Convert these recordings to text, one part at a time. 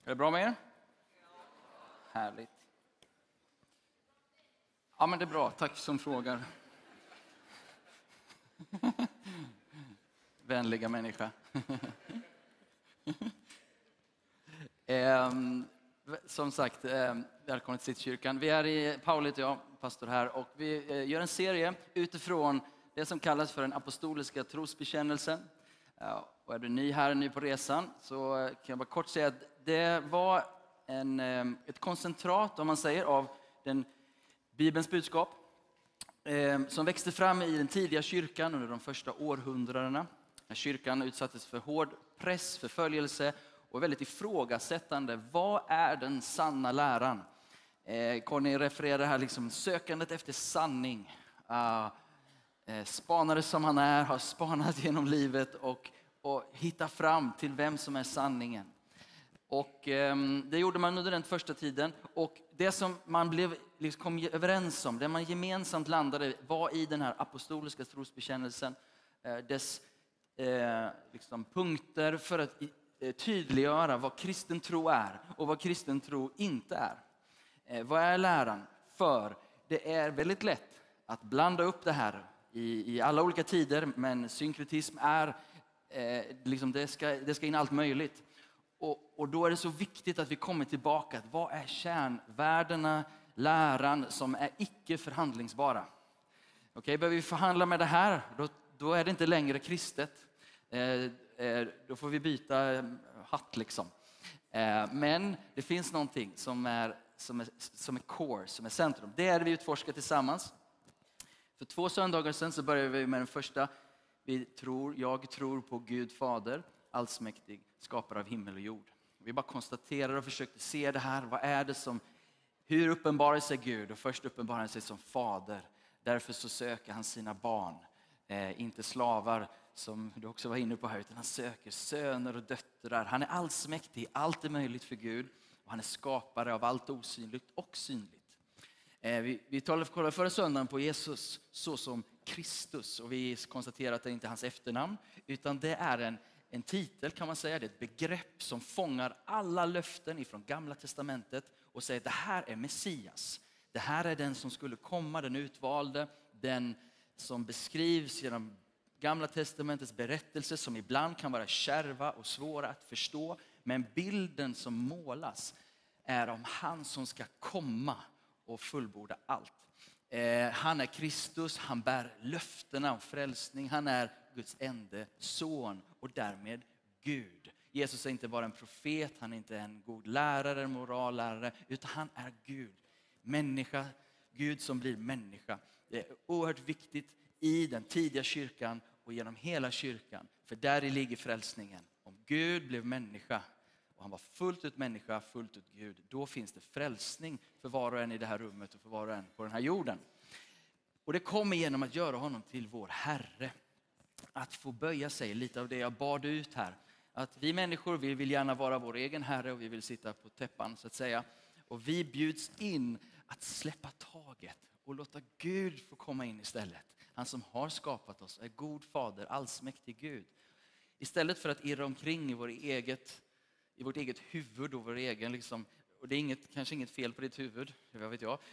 Är det bra med er? Härligt. Ja, men det är bra. Tack som frågar. Vänliga människa. Som sagt, välkommen till Citykyrkan. Vi är i Paul och jag, pastor här, och vi gör en serie utifrån det som kallas för den apostoliska trosbekännelsen. Och är du ny här, ny på resan, så kan jag bara kort säga att det var ett koncentrat, om man säger, av den Bibelns budskap som växte fram i den tidiga kyrkan under de första århundradena. När kyrkan utsattes för hård press, förföljelse och väldigt ifrågasättande. Vad är den sanna läran? Conny refererar här liksom sökandet efter sanning. Spanare som han är, har spanat genom livet och hittat fram till vem som är sanningen. Och det gjorde man under den första tiden. Och det som man kom överens om, det man gemensamt landade var i den här apostoliska trosbekännelsen. Dess punkter för att tydliggöra vad kristen tro är och vad kristen tro inte är. Vad är läran? För det är väldigt lätt att blanda upp det här i alla olika tider, men synkretism är det ska in allt möjligt. Och då är det så viktigt att vi kommer tillbaka. Vad är kärnvärdena, läran som är icke förhandlingsbara? Okej, behöver vi förhandla med det här, då är det inte längre kristet. Då får vi byta hatt liksom. Men det finns någonting som är core, som är centrum. Det är det vi utforskar tillsammans. För 2 söndagar sedan så började vi med den första. Jag tror på Gud Fader, allsmäktig, skapare av himmel och jord. Vi bara konstaterar och försökte se det här. Vad är det som, hur uppenbarar sig Gud? Och först uppenbarar han sig som fader. Därför så söker han sina barn. Inte slavar som du också var inne på här, utan han söker söner och döttrar. Han är allsmäktig, allt är möjligt för Gud. Och han är skapare av allt osynligt och synligt. Vi kollade förra söndagen på Jesus så som Kristus. Och vi konstaterar att det inte är hans efternamn, utan det är en titel, kan man säga. Det är ett begrepp som fångar alla löften ifrån Gamla testamentet och säger att det här är Messias. Det här är den som skulle komma, den utvalde, den som beskrivs genom Gamla testamentets berättelser som ibland kan vara kärva och svåra att förstå. Men bilden som målas är om han som ska komma och fullborda allt. Han är Kristus, han bär löftena om frälsning. Han är Guds enda son och därmed Gud. Jesus är inte bara en profet, han är inte en god lärare, en morallärare, utan han är Gud. Människa, Gud som blir människa. Det är oerhört viktigt i den tidiga kyrkan och genom hela kyrkan. För där ligger frälsningen. Om Gud blev människa och han var fullt ut människa, fullt ut Gud, då finns det frälsning för var och en i det här rummet och för var och en på den här jorden. Och det kommer genom att göra honom till vår Herre. Att få böja sig, lite av det jag bad ut här. Att vi människor vill gärna vara vår egen Herre och vi vill sitta på täppan så att säga. Och vi bjuds in att släppa taget och låta Gud få komma in istället. Han som har skapat oss är god fader, allsmäktig Gud. Istället för att irra omkring i vårt eget huvud och vår egen liksom, och det är kanske inget fel på ditt huvud, vad vet jag.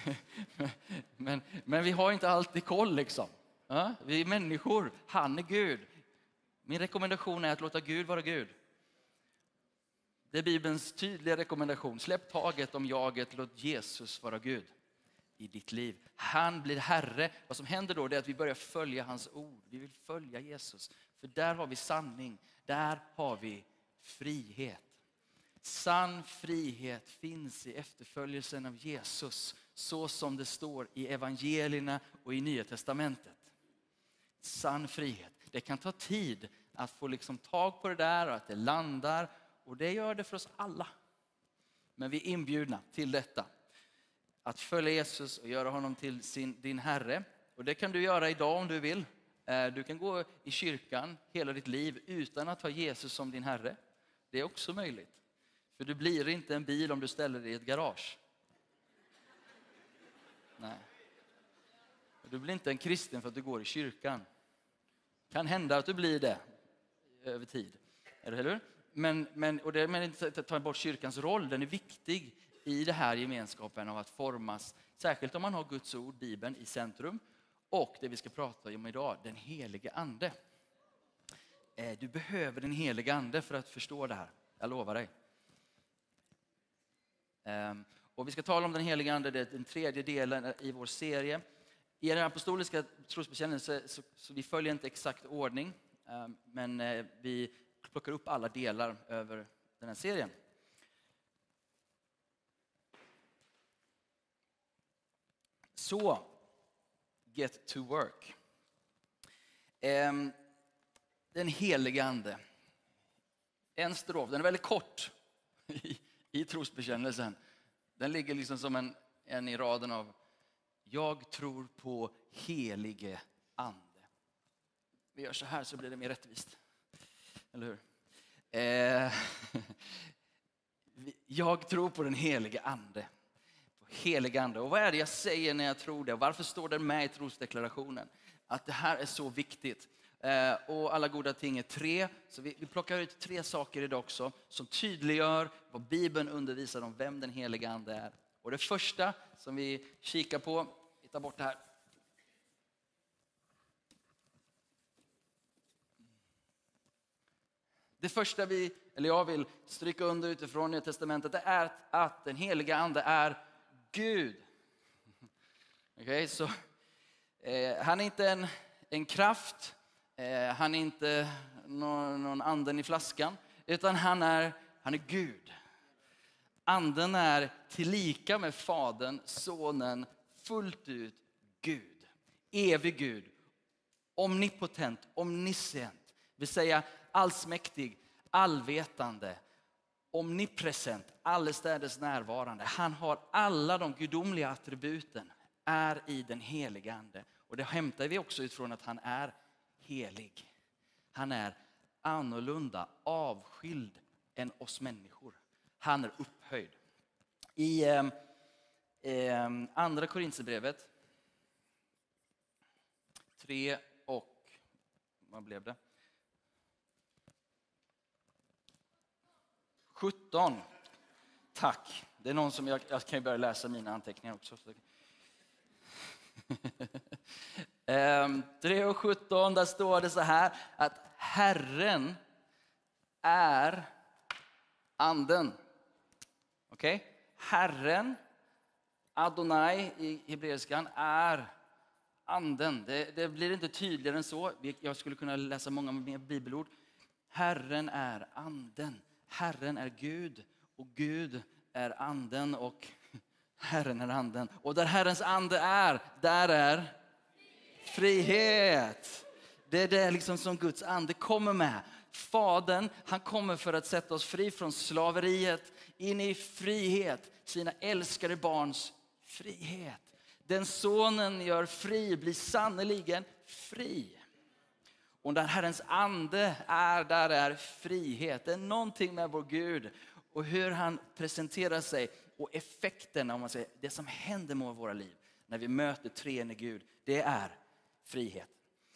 men vi har inte alltid koll liksom. Ja, vi är människor, han är Gud. Min rekommendation är att låta Gud vara Gud. Det är Bibelns tydliga rekommendation. Släpp taget om jaget, låt Jesus vara Gud i ditt liv. Han blir Herre. Vad som händer då är att vi börjar följa hans ord. Vi vill följa Jesus. För där har vi sanning. Där har vi frihet. Sann frihet finns i efterföljelsen av Jesus. Så som det står i evangelierna och i Nya testamentet. Sann frihet. Det kan ta tid att få liksom tag på det där och att det landar. Och det gör det för oss alla. Men vi är inbjudna till detta. Att följa Jesus och göra honom till din Herre. Och det kan du göra idag om du vill. Du kan gå i kyrkan hela ditt liv utan att ha Jesus som din Herre. Det är också möjligt. För du blir inte en bil om du ställer dig i ett garage. Nej. Du blir inte en kristen för att du går i kyrkan. Kan hända att du blir det över tid. Eller hur? Och det är inte att ta bort kyrkans roll. Den är viktig i det här gemenskapen av att formas. Särskilt om man har Guds ord, Bibeln, i centrum. Och det vi ska prata om idag, den helige ande. Du behöver den helige ande för att förstå det här. Jag lovar dig. Och vi ska tala om den helige ande, det är den tredje delen i vår serie. I den apostoliska trosbekännelsen så vi följer inte exakt ordning. Men vi plockar upp alla delar över den här serien. Så, get to work. Den helige ande. En strof, den är väldigt kort i trosbekännelsen. Den ligger liksom som en i raden av jag tror på helige ande. Vi gör så här så blir det mer rättvist. Eller hur? Jag tror på den helige ande. På helige ande. Och vad är det jag säger när jag tror det? Varför står det med i trosdeklarationen? Att det här är så viktigt. Och alla goda ting är tre. Så vi plockar ut 3 saker idag också. Som tydliggör vad Bibeln undervisar om vem den helige ande är. Och det första som vi kikar på. Vi tar bort det här. Det första jag vill stryka under utifrån Nya testamentet är att den heliga ande är Gud. Okay, så, han är inte en kraft, han är inte någon anden i flaskan, utan han är Gud. Anden är tillika med Fadern, Sonen, fullt ut Gud. Evig Gud, omnipotent, omniscient, vill säga allsmäktig, allvetande, omnipresent, allestädes närvarande. Han har alla de gudomliga attributen, är i den heliga ande. Och det hämtar vi också utifrån att han är helig. Han är annorlunda, avskild än oss människor. Han är upphöjd. I andra Korinthierbrevet 3 och vad blev det? 17. Tack. Det är någon som jag kan ju börja läsa mina anteckningar också. 3 och 17, där står det så här att Herren är anden. Okej? Herren, Adonai i hebreiskan, är anden. Det blir inte tydligare än så. Jag skulle kunna läsa många mer bibelord. Herren är anden. Herren är Gud och Gud är anden och Herren är anden. Och där Herrens ande är, där är frihet. Det är det liksom som Guds ande kommer med. Fadern, han kommer för att sätta oss fri från slaveriet in i frihet. Sina älskade barns frihet. Den sonen gör fri, blir sannoliken fri. Och där Herrens ande är, där är frihet. Det är någonting med vår Gud och hur han presenterar sig. Och effekten, om man säger, det som händer med våra liv när vi möter treenige Gud, det är frihet.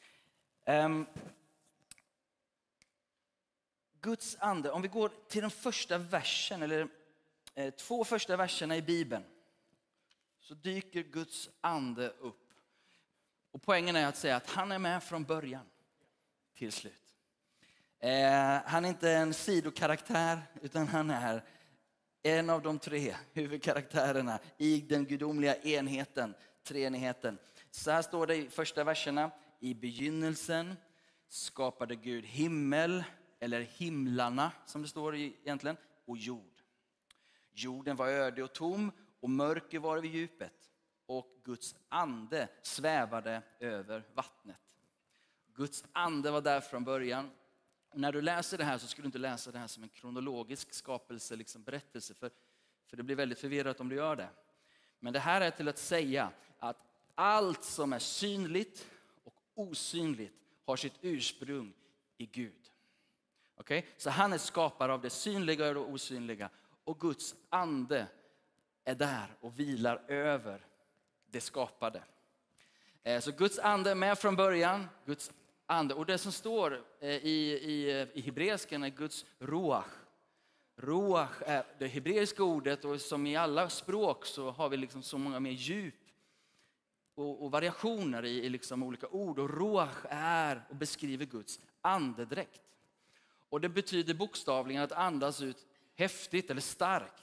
Guds ande, om vi går till den första versen, eller 2 första verserna i Bibeln, så dyker Guds ande upp. Och poängen är att säga att han är med från början till slut. Han är inte en sidokaraktär, utan han är en av de 3 huvudkaraktärerna i den gudomliga enheten, treenigheten. Så här står det i första verserna. I begynnelsen skapade Gud himmel, eller himlarna som det står egentligen, och jord. Jorden var öde och tom och mörker var vid djupet. Och Guds ande svävade över vattnet. Guds ande var där från början. Och när du läser det här så skulle du inte läsa det här som en kronologisk skapelse, liksom berättelse. För det blir väldigt förvirrat om du gör det. Men det här är till att säga att allt som är synligt och osynligt har sitt ursprung i Gud. Okay? Så han är skapare av det synliga och det osynliga. Och Guds ande är där och vilar över det skapade. Så Guds ande är med från början. Guds ande. Och det som står i hebreiskan är Guds ruach. Ruach är det hebreiska ordet, och som i alla språk så har vi liksom så många mer djup och variationer i liksom olika ord. Och ruach är och beskriver Guds andedräkt. Och det betyder bokstavligen att andas ut häftigt eller starkt.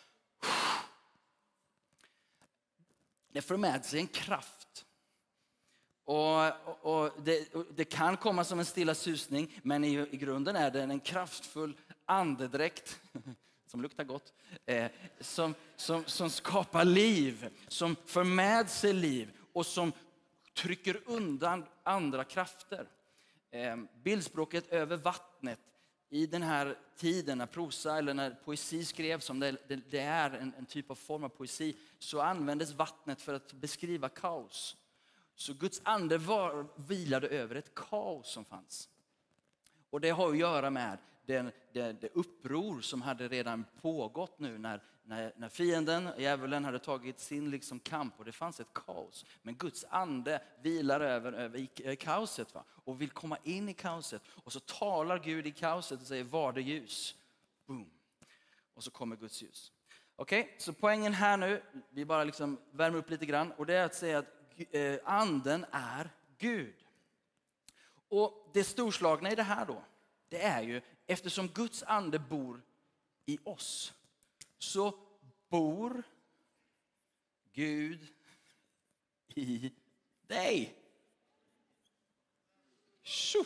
Det för med sig en kraft. Och det kan komma som en stilla susning, men i grunden är det en kraftfull andedräkt som luktar gott, som skapar liv, som för med sig liv och som trycker undan andra krafter. Bildspråket över vattnet i den här tiden när prosa eller när poesi skrevs, som det är en typ av form av poesi, så användes vattnet för att beskriva kaos. Så Guds ande vilade över ett kaos som fanns. Och det har att göra med det uppror som hade redan pågått nu när fienden, djävulen, hade tagit sin liksom kamp, och det fanns ett kaos. Men Guds ande vilar över kaoset, va? Och vill komma in i kaoset. Och så talar Gud i kaoset och säger, var det ljus? Boom. Och så kommer Guds ljus. Okej, så poängen här nu, vi bara liksom värmer upp lite grann. Och det är att säga att anden är Gud. Och det storslagna i det här då, det är ju, eftersom Guds ande bor i oss, så bor Gud i dig. Tjo!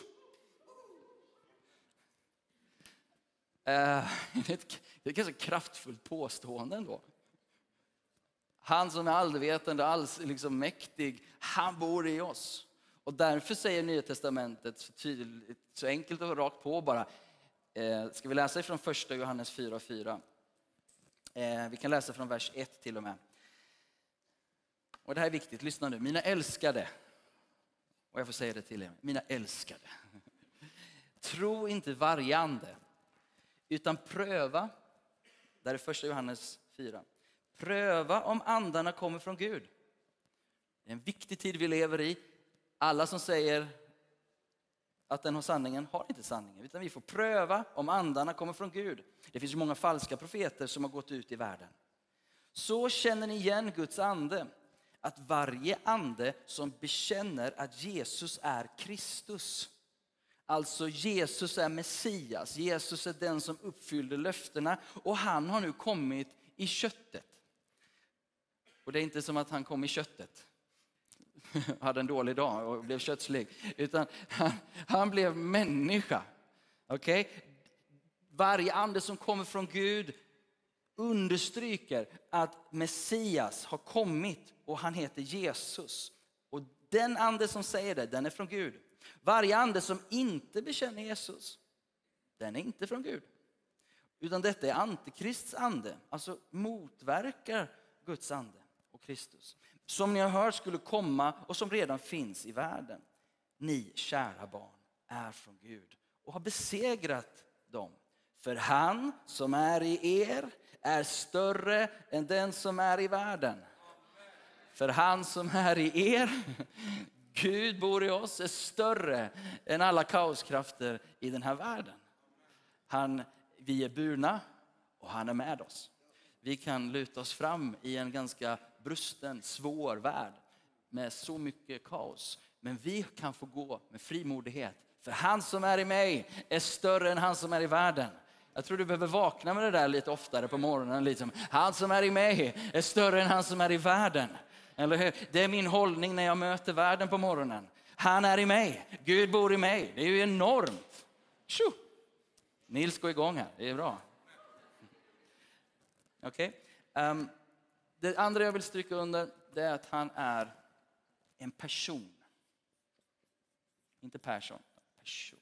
Det är ett ganska kraftfullt påstående ändå. Han som är allvetande, alls liksom mäktig, han bor i oss. Och därför säger Nya testamentet så tydligt, så enkelt och rakt på bara. Ska vi läsa från första Johannes 4:4. Vi kan läsa från vers 1 till och med. Och det här är viktigt, lyssna nu. Mina älskade, och jag får säga det till er, mina älskade. Tro inte varje ande, utan pröva, där är första Johannes 4. Pröva om andarna kommer från Gud. Det är en viktig tid vi lever i. Alla som säger att den har sanningen har inte sanningen. Utan vi får pröva om andarna kommer från Gud. Det finns ju många falska profeter som har gått ut i världen. Så känner ni igen Guds ande. Att varje ande som bekänner att Jesus är Kristus. Alltså Jesus är Messias. Jesus är den som uppfyllde löftena. Och han har nu kommit i köttet. Och det är inte som att han kom i köttet. Hade en dålig dag och blev köttslig. Utan han blev människa. Okay? Varje ande som kommer från Gud understryker att Messias har kommit och han heter Jesus. Och den ande som säger det, den är från Gud. Varje ande som inte bekänner Jesus, den är inte från Gud. Utan detta är antikrists ande, alltså motverkar Guds ande och Kristus. Som ni har hört skulle komma och som redan finns i världen. Ni, kära barn, är från Gud och har besegrat dem. För han som är i er är större än den som är i världen. För han som är i er, Gud bor i oss, är större än alla kaoskrafter i den här världen. Vi är burna och han är med oss. Vi kan luta oss fram i en ganska brusten, svår värld med så mycket kaos. Men vi kan få gå med frimodighet. För han som är i mig är större än han som är i världen. Jag tror du behöver vakna med det där lite oftare på morgonen. Liksom. Han som är i mig är större än han som är i världen. Eller hur? Det är min hållning när jag möter världen på morgonen. Han är i mig. Gud bor i mig. Det är ju enormt. Tjo! Nils går igång här. Det är bra. Okej. Det andra jag vill stryka under, det är att han är en person. Inte person. Person.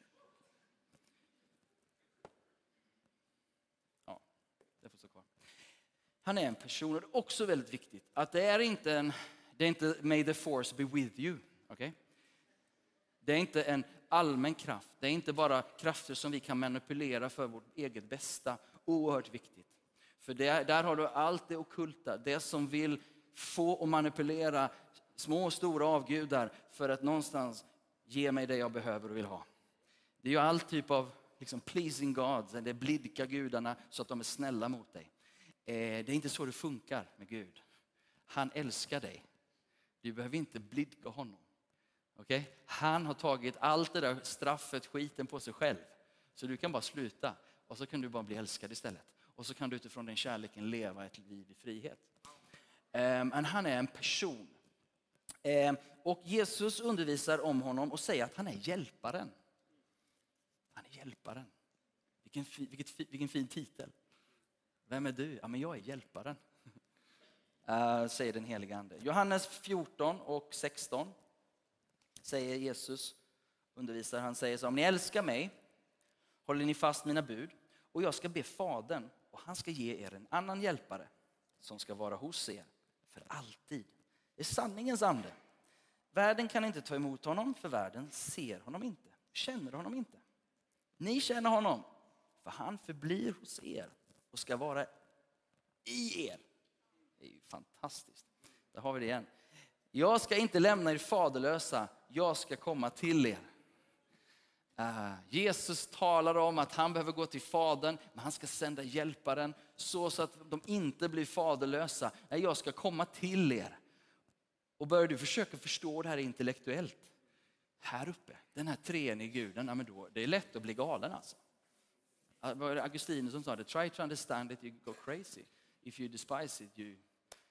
Ja, det får stå kvar. Han är en person, och det är också väldigt viktigt att det är inte may the force be with you. Okay? Det är inte en allmän kraft. Det är inte bara krafter som vi kan manipulera för vårt eget bästa. Oerhört viktigt. För där har du allt det ockulta. Det som vill få och manipulera små och stora avgudar för att någonstans ge mig det jag behöver och vill ha. Det är ju all typ av liksom pleasing God, det blidka gudarna så att de är snälla mot dig. Det är inte så det funkar med Gud. Han älskar dig. Du behöver inte blidka honom. Okay? Han har tagit allt det där straffet, skiten på sig själv. Så du kan bara sluta och så kan du bara bli älskad istället. Och så kan du utifrån den kärleken leva ett liv i frihet. Men han är en person. Och Jesus undervisar om honom och säger att han är hjälparen. Han är hjälparen. Vilken fin titel. Vem är du? Ja, men jag är hjälparen. Säger den heliga ande. Johannes 14 och 16 säger Jesus, undervisar, han säger så: om ni älskar mig håller ni fast mina bud och jag ska be Fadern och han ska ge er en annan hjälpare som ska vara hos er för alltid. Det är sanningens ande. Världen kan inte ta emot honom för världen ser honom inte, känner honom inte. Ni känner honom för han förblir hos er och ska vara i er. Det är ju fantastiskt. Där har vi det igen. Jag ska inte lämna er faderlösa, jag ska komma till er. Jesus talar om att han behöver gå till Fadern, men han ska sända hjälparen så att de inte blir faderlösa. Nej, jag ska komma till er. Och börjar du försöka förstå det här intellektuellt, här uppe, den här treenige guden, ja, men då, det är lätt att bli galen alltså. Augustinus som sa det, try to understand it, you go crazy. If you despise it, you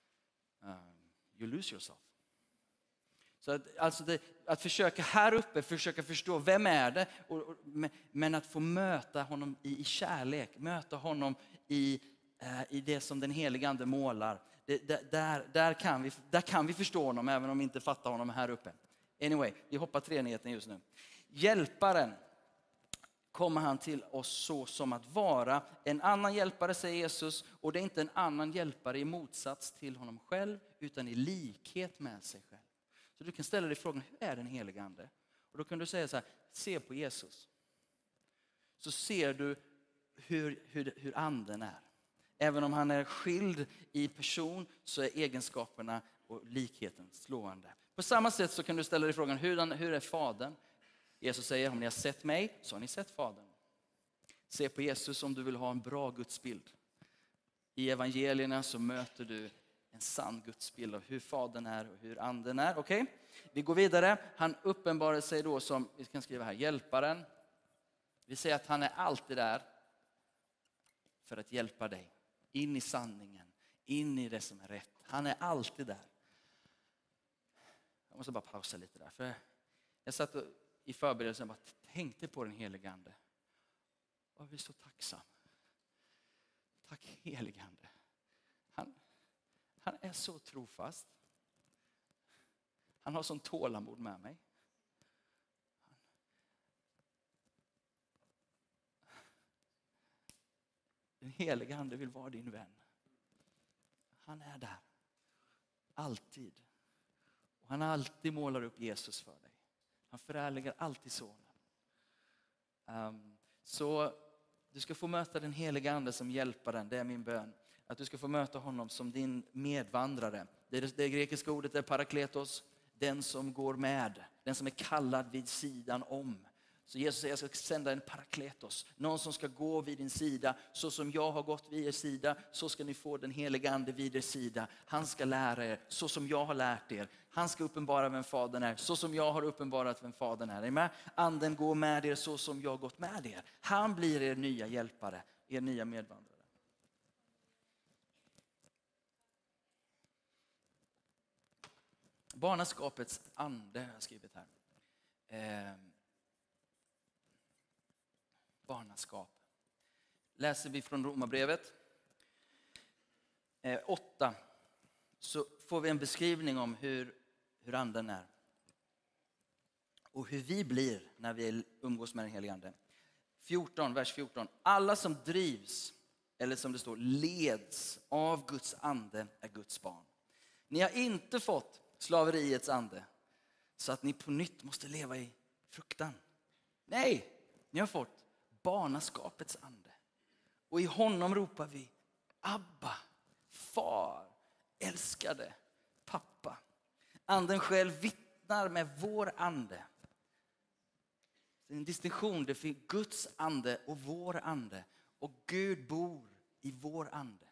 lose yourself. Så att försöka här uppe, försöka förstå vem är det, men att få möta honom i kärlek, möta honom i det som den heliga ande målar. Där kan vi förstå honom även om vi inte fattar honom här uppe. Anyway, vi hoppar treenigheten just nu. Hjälparen kommer han till oss så som att vara en annan hjälpare, säger Jesus. Och det är inte en annan hjälpare i motsats till honom själv, utan i likhet med sig själv. Så du kan ställa dig frågan, hur är den heliga ande? Och då kan du säga så här, se på Jesus. Så ser du hur anden är. Även om han är skild i person så är egenskaperna och likheten slående. På samma sätt så kan du ställa dig frågan, hur är Fadern? Jesus säger, om ni har sett mig så har ni sett Fadern. Se på Jesus om du vill ha en bra gudsbild. I evangelierna så möter du en sann gudsbild av hur Fadern är och hur anden är. Okej? Vi går vidare. Han uppenbarar sig då som, vi kan skriva här, hjälparen. Vi säger att han är alltid där för att hjälpa dig. In i sanningen, in i det som är rätt. Han är alltid där. Jag måste bara pausa lite där. För jag satt i förberedelsen och bara tänkte på den heliga ande. Och jag blir så tacksam. Tack heliga ande. Han är så trofast. Han har sån tålamod med mig. Den heliga ande vill vara din vän. Han är där. Alltid. Och han alltid målar upp Jesus för dig. Han förärligar alltid sonen. Så du ska få möta den heliga ande som hjälparen. Det är min bön. Att du ska få möta honom som din medvandrare. Det grekiska ordet är parakletos. Den som går med. Den som är kallad vid sidan om. Så Jesus säger, jag ska sända en parakletos. Någon som ska gå vid din sida. Så som jag har gått vid er sida. Så ska ni få den heliga ande vid er sida. Han ska lära er så som jag har lärt er. Han ska uppenbara vem Fadern är. Så som jag har uppenbarat vem Fadern är. Amen. Anden går med er så som jag har gått med er. Han blir er nya hjälpare. Er nya medvandrare. Barnaskapets ande har jag skrivit här. Barnaskap. Läser vi från Romarbrevet 8 så får vi en beskrivning om hur anden är. Och hur vi blir när vi umgås med den helige ande. 14, vers 14. Alla som drivs, eller som det står, leds av Guds ande är Guds barn. Ni har inte fått slaveriets ande så att ni på nytt måste leva i fruktan. Nej, ni har fått barnaskapets ande. Och i honom ropar vi Abba, far, älskade pappa. Anden själv vittnar med vår ande Det är en distinktion. Det finns Guds ande och vår ande. Och Gud bor i vår ande.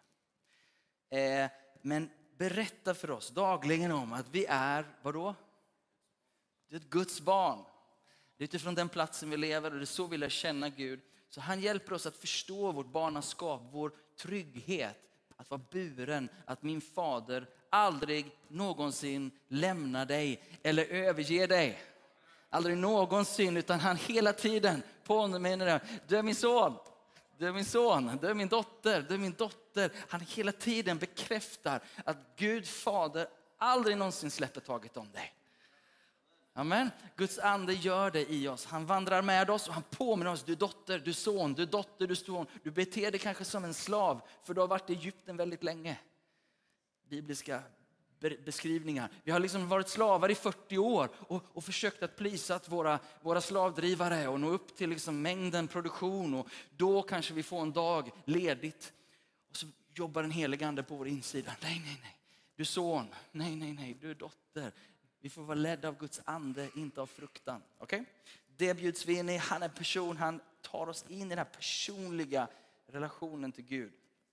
Men berätta för oss dagligen om att vi är, vadå? Det är ett Guds barn. Det är utifrån den platsen vi lever och det är så vi lär känna Gud. Så han hjälper oss att förstå vårt barnaskap, vår trygghet. Att vara buren, att min fader aldrig någonsin lämnar dig eller överger dig. Aldrig någonsin, utan han hela tiden påminner dig. Du är min son, du är min son, du är min dotter, du är min dotter. Han hela tiden bekräftar att Gud fader aldrig någonsin släpper taget om dig. Amen. Guds ande gör det i oss. Han vandrar med oss och han påminner oss. Du är dotter, du är son, du är dotter, du är son. Du beter dig kanske som en slav för du har varit i Egypten väldigt länge. Bibliska beskrivningar. Vi har liksom varit slavar i 40 år och försökt att plisa våra slavdrivare och nå upp till liksom mängden produktion. Och då kanske vi får en dag ledigt. Och så jobbar den helige ande på vår insida. Nej, nej, nej. Du är son. Nej, nej, nej. Du är dotter. Vi får vara ledda av Guds ande, inte av fruktan. Okay? Det bjuds vi in i. Han är person. Han tar oss in i den här personliga relationen till Gud.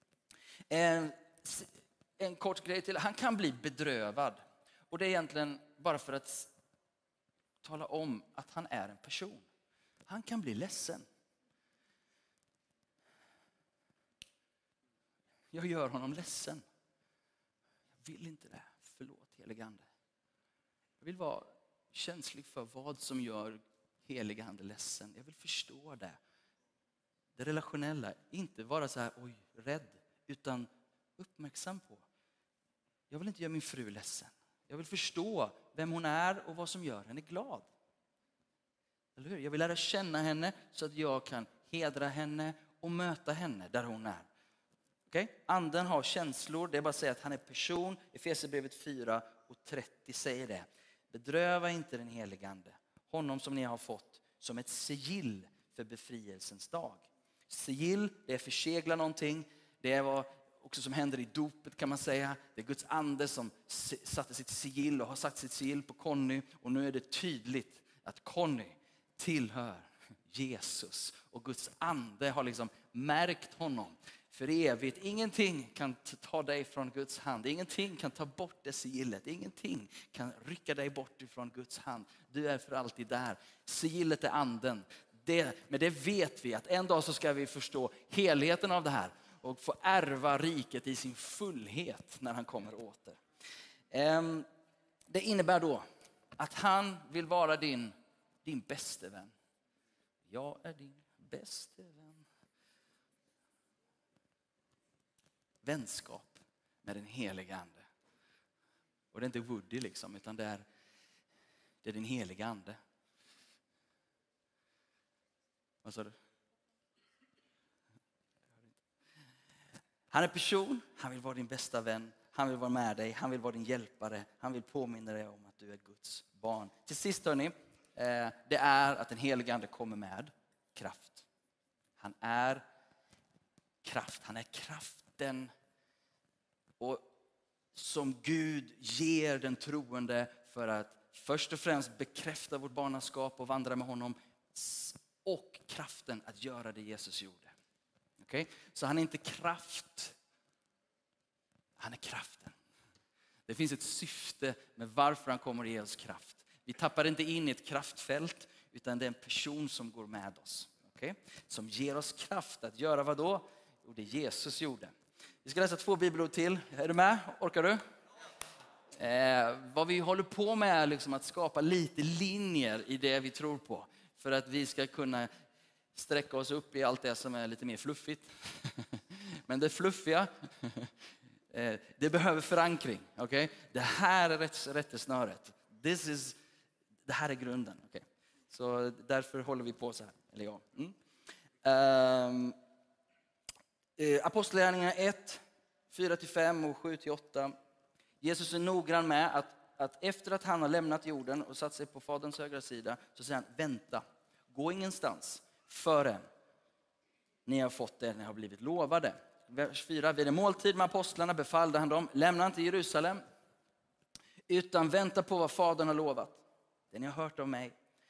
En kort grej till. Han kan bli bedrövad. Och det är egentligen bara för att tala om att han är en person. Han kan bli ledsen. Jag gör honom ledsen. Jag vill inte det. Förlåt, helige ande. Jag vill vara känslig för vad som gör helige ande ledsen. Jag vill förstå det. Det relationella. Inte vara så här, oj, rädd. Utan uppmärksam på. Jag vill inte göra min fru ledsen. Jag vill förstå vem hon är och vad som gör henne glad. Eller hur? Jag vill lära känna henne så att jag kan hedra henne och möta henne där hon är. Okay? Anden har känslor. Det är bara att säga att han är person. Efesierbrevet 4:30 säger det. Bedröva inte den helige ande. Honom som ni har fått som ett sigill för befrielsens dag. Sigill, det är försegla någonting. Det är vad också som händer i dopet kan man säga. Det är Guds ande som satte sitt sigill och har satt sitt sigill på Conny. Och nu är det tydligt att Conny tillhör Jesus. Och Guds ande har liksom märkt honom för evigt. Ingenting kan ta dig från Guds hand. Ingenting kan ta bort det sigillet. Ingenting kan rycka dig bort ifrån Guds hand. Du är för alltid där. Sigillet är anden. Men det vet vi att en dag så ska vi förstå helheten av det här. Och få ärva riket i sin fullhet när han kommer åter. Det innebär då att han vill vara din bäste vän. Jag är din bäste vän. Vänskap med den heliga ande. Och det är inte Woody liksom, utan det är den heliga ande. Vad sa du? Han är person, han vill vara din bästa vän, han vill vara med dig, han vill vara din hjälpare, han vill påminna dig om att du är Guds barn. Till sist hörni, det är att den heliga ande kommer med kraft. Han är kraft, han är kraften och som Gud ger den troende för att först och främst bekräfta vårt barnaskap och vandra med honom och kraften att göra det Jesus gjorde. Okay? Så han är inte kraft. Han är kraften. Det finns ett syfte med varför han kommer att ge oss kraft. Vi tappar inte in i ett kraftfält utan det är en person som går med oss. Okay? Som ger oss kraft att göra vad då? Jo, det Jesus gjorde. Vi ska läsa 2 bibelord till. Är du med? Orkar du? Vad vi håller på med är liksom att skapa lite linjer i det vi tror på. För att vi ska kunna sträcka oss upp i allt det som är lite mer fluffigt. Men det fluffiga, det behöver förankring. Okay? Det här är rättesnöret. Det här är grunden. Okay? Så därför håller vi på så här. Eller ja. Apostlagärningarna 1, 4-5 och 7-8. Jesus är noggrann med att efter att han har lämnat jorden och satt sig på faderns högra sida så säger han, vänta, gå ingenstans förrän ni har fått det ni har blivit lovade. Vers 4, vid en måltid med apostlarna befallde han dem, lämna inte Jerusalem utan vänta på vad fadern har lovat. Det ni har hört av mig.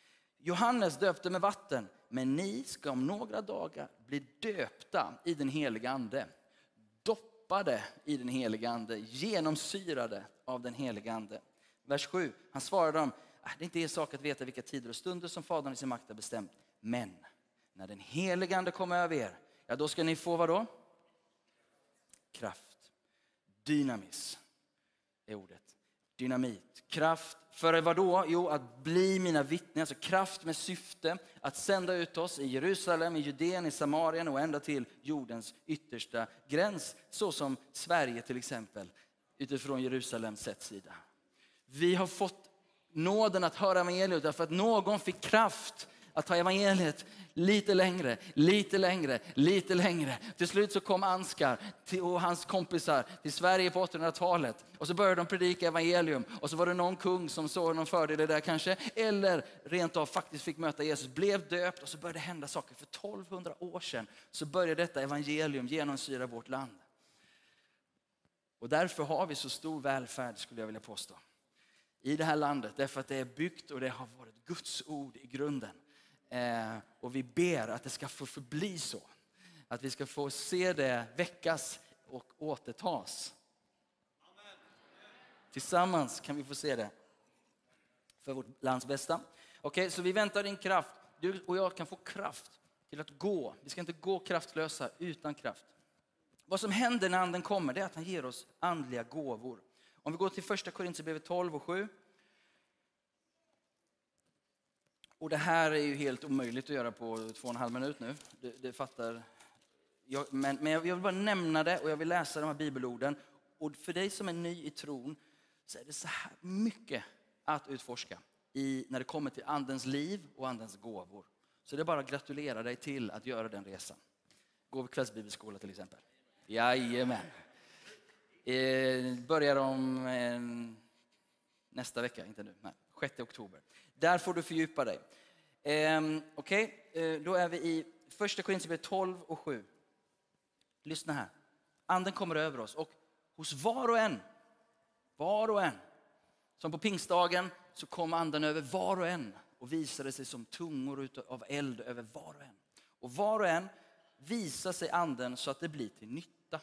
Johannes döpte med vatten, men ni ska om några dagar bli döpta i den heliga ande. Doppade i den heliga ande, genomsyrade av den heliga ande. Vers 7, han svarade dem, det är inte er sak att veta vilka tider och stunder som Fadern i sin makt har bestämt. Men när den heliga ande kommer över er, ja då ska ni få vad då? Kraft. Dynamis är ordet. Dynamit. Kraft. För vad då? Jo, att bli mina vittnen. Alltså kraft med syfte att sända ut oss i Jerusalem, i Judeen, i Samarien och ända till jordens yttersta gräns. Så som Sverige till exempel, utifrån Jerusalems sida. Vi har fått nåden att höra evangeliet därför att någon fick kraft att ta evangeliet lite längre, lite längre, lite längre. Till slut så kom Ansgar och hans kompisar till Sverige på 1800-talet. Och så började de predika evangelium. Och så var det någon kung som såg någon fördel i det där kanske. Eller rent av faktiskt fick möta Jesus, blev döpt. Och så började det hända saker. För 1200 år sedan så började detta evangelium genomsyra vårt land. Och därför har vi så stor välfärd, skulle jag vilja påstå, i det här landet. Därför att det är byggt och det har varit Guds ord i grunden. Och vi ber att det ska få förbli så. Att vi ska få se det väckas och återtas. Amen. Tillsammans kan vi få se det. För vårt lands bästa. Okej, så vi väntar din kraft. Du och jag kan få kraft till att gå. Vi ska inte gå kraftlösa utan kraft. Vad som händer när anden kommer, det är att han ger oss andliga gåvor. Om vi går till första Korinthierbrevet 12 och 7. Och det här är ju helt omöjligt att göra på 2,5 minuter nu. Det fattar jag. Men jag vill bara nämna det och jag vill läsa de här bibelorden. Och för dig som är ny i tron så är det så här mycket att utforska när det kommer till andens liv och andens gåvor. Så det är bara att gratulera dig till att göra den resan. Gå på kvällsbibelskola till exempel. Jajamän. Börjar om nästa vecka, inte nu. Nej, 6 oktober. Där får du fördjupa dig. Okej, då är vi i första Korinthierbrevet 12 och 7. Lyssna här. Anden kommer över oss och hos var och en, som på pingstdagen så kom anden över var och en och visade sig som tungor av eld över var och en. Och var och en visar sig anden så att det blir till nytta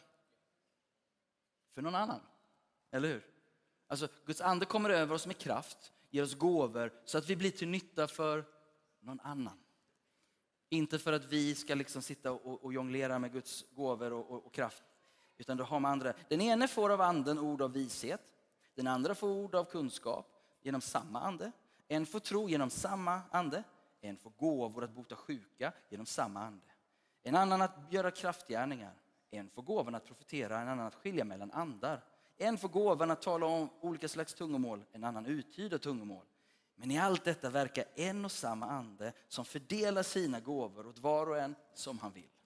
för någon annan. Eller hur? Alltså Guds ande kommer över oss med kraft, ger oss gåvor så att vi blir till nytta för någon annan. Inte för att vi ska liksom sitta och jonglera med Guds gåvor och kraft. Utan det har med andra. Den ene får av anden ord av vishet. Den andra får ord av kunskap genom samma ande. En får tro genom samma ande. En får gåvor att bota sjuka genom samma ande. En annan att göra kraftgärningar. En får gåvan att profetera, en annan att skilja mellan andar. En får gåvan att tala om olika slags tungomål, en annan uttyda tungomål. Men i allt detta verkar en och samma ande som fördelar sina gåvor åt var och en som han vill.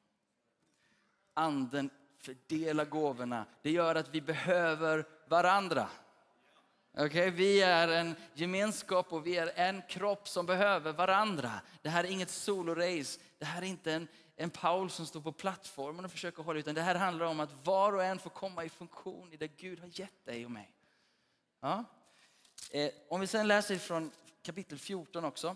Anden fördelar gåvorna. Det gör att vi behöver varandra. Okay? Vi är en gemenskap och vi är en kropp som behöver varandra. Det här är inget solorace. Det här är inte en Paul som står på plattformen och försöker hålla, utan det här handlar om att var och en får komma i funktion i det Gud har gett dig och mig. Ja. Om vi sen läser från kapitel 14 också.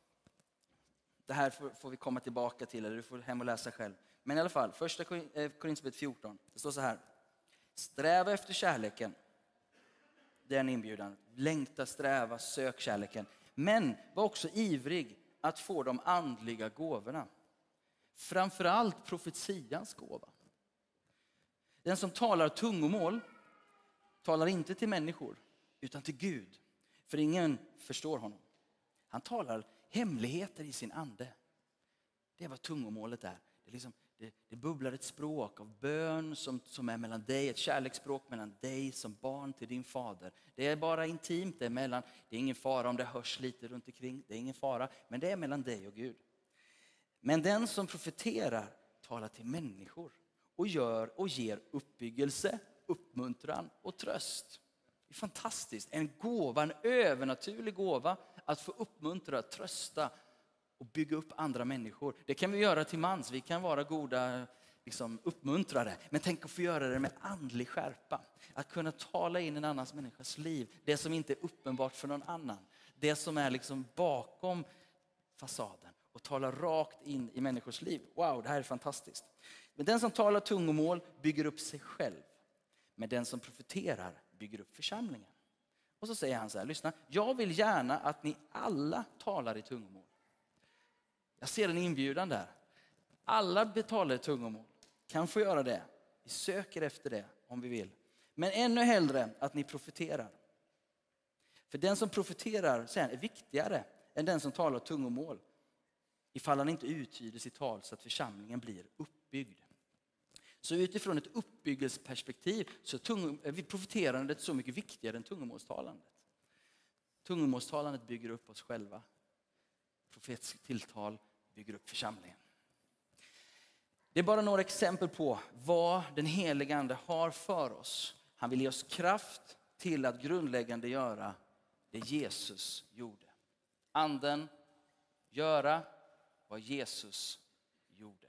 Det här får vi komma tillbaka till, eller du får hem och läsa själv. Men i alla fall, första Korinthierbrevet 14. Det står så här. Sträva efter kärleken. Det är en inbjudan. Längta, sträva, sök kärleken. Men var också ivrig att få de andliga gåvorna. Framförallt profetians gåva. Den som talar tungomål talar inte till människor utan till Gud. För ingen förstår honom. Han talar hemligheter i sin ande. Det är vad tungomålet är. Det bubblar ett språk av bön som är mellan dig, ett kärleksspråk mellan dig som barn till din fader. Det är bara intimt, det är ingen fara om det hörs lite runt omkring, det är ingen fara, men det är mellan dig och Gud. Men den som profeterar talar till människor och ger uppbyggelse, uppmuntran och tröst. Det är fantastiskt, en gåva, en övernaturlig gåva att få uppmuntra, trösta och bygga upp andra människor. Det kan vi göra till mans. Vi kan vara goda uppmuntrare. Men tänk att få göra det med andlig skärpa. Att kunna tala in en annans människas liv. Det som inte är uppenbart för någon annan. Det som är bakom fasaden och talar rakt in i människors liv. Wow, det här är fantastiskt. Men den som talar tungomål bygger upp sig själv. Men den som profeterar bygger upp församlingen. Och så säger han så här, lyssna, jag vill gärna att ni alla talar i tungomål. Jag ser en inbjudan där. Alla betalar i tungomål. Kan få göra det. Vi söker efter det om vi vill. Men ännu hellre att ni profeterar. För den som profeterar sen är viktigare än den som talar tungomål. Ifall han inte uttyder sitt tal så att församlingen blir uppbyggd. Så utifrån ett uppbyggelsperspektiv så är profeterandet så mycket viktigare än tungomålstalandet. Tungomålstalandet bygger upp oss själva. Profetiskt tilltal bygger upp församlingen. Det är bara några exempel på vad den helige Ande har för oss. Han vill ge oss kraft till att grundläggande göra det Jesus gjorde. Anden göra vad Jesus gjorde.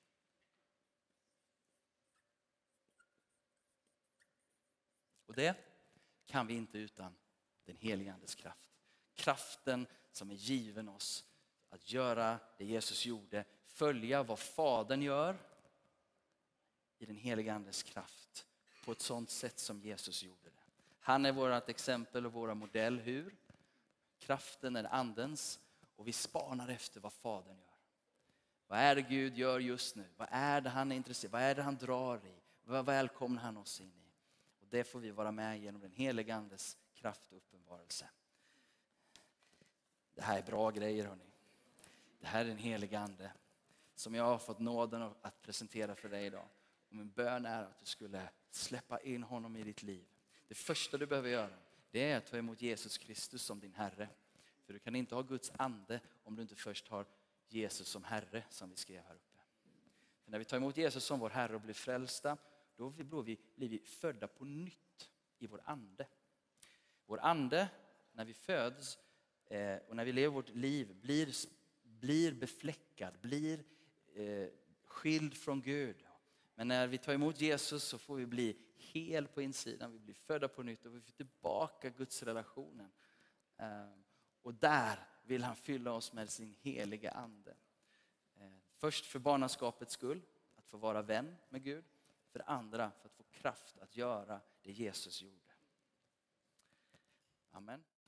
Och det kan vi inte utan den helige Andes kraft. Kraften som är given oss att göra det Jesus gjorde. Följa vad Fadern gör i den helige Andes kraft. På ett sådant sätt som Jesus gjorde det. Han är vårt exempel och våra modell hur. Kraften är andens och vi spanar efter vad Fadern gör. Vad är det Gud gör just nu? Vad är det han är intresserad? Vad är det han drar i? Vad välkomnar han oss in i? Och det får vi vara med genom den helige Andes kraft och uppenbarelse. Det här är bra grejer hörni. Det här är den helige Ande som jag har fått nåden att presentera för dig idag. Och min bön är att du skulle släppa in honom i ditt liv. Det första du behöver göra det är att ta emot Jesus Kristus som din Herre. För du kan inte ha Guds ande om du inte först har Jesus som Herre som vi skrev här uppe. För när vi tar emot Jesus som vår Herre och blir frälsta då blir vi födda på nytt i vår ande. Vår ande när vi föds och när vi lever vårt liv blir befläckad, blir skild från Gud. Men när vi tar emot Jesus så får vi bli hel på insidan. Vi blir födda på nytt och vi får tillbaka Guds relationen. Och där vill han fylla oss med sin heliga ande. Först för barnaskapets skull, att få vara vän med Gud. För det andra för att få kraft att göra det Jesus gjorde. Amen.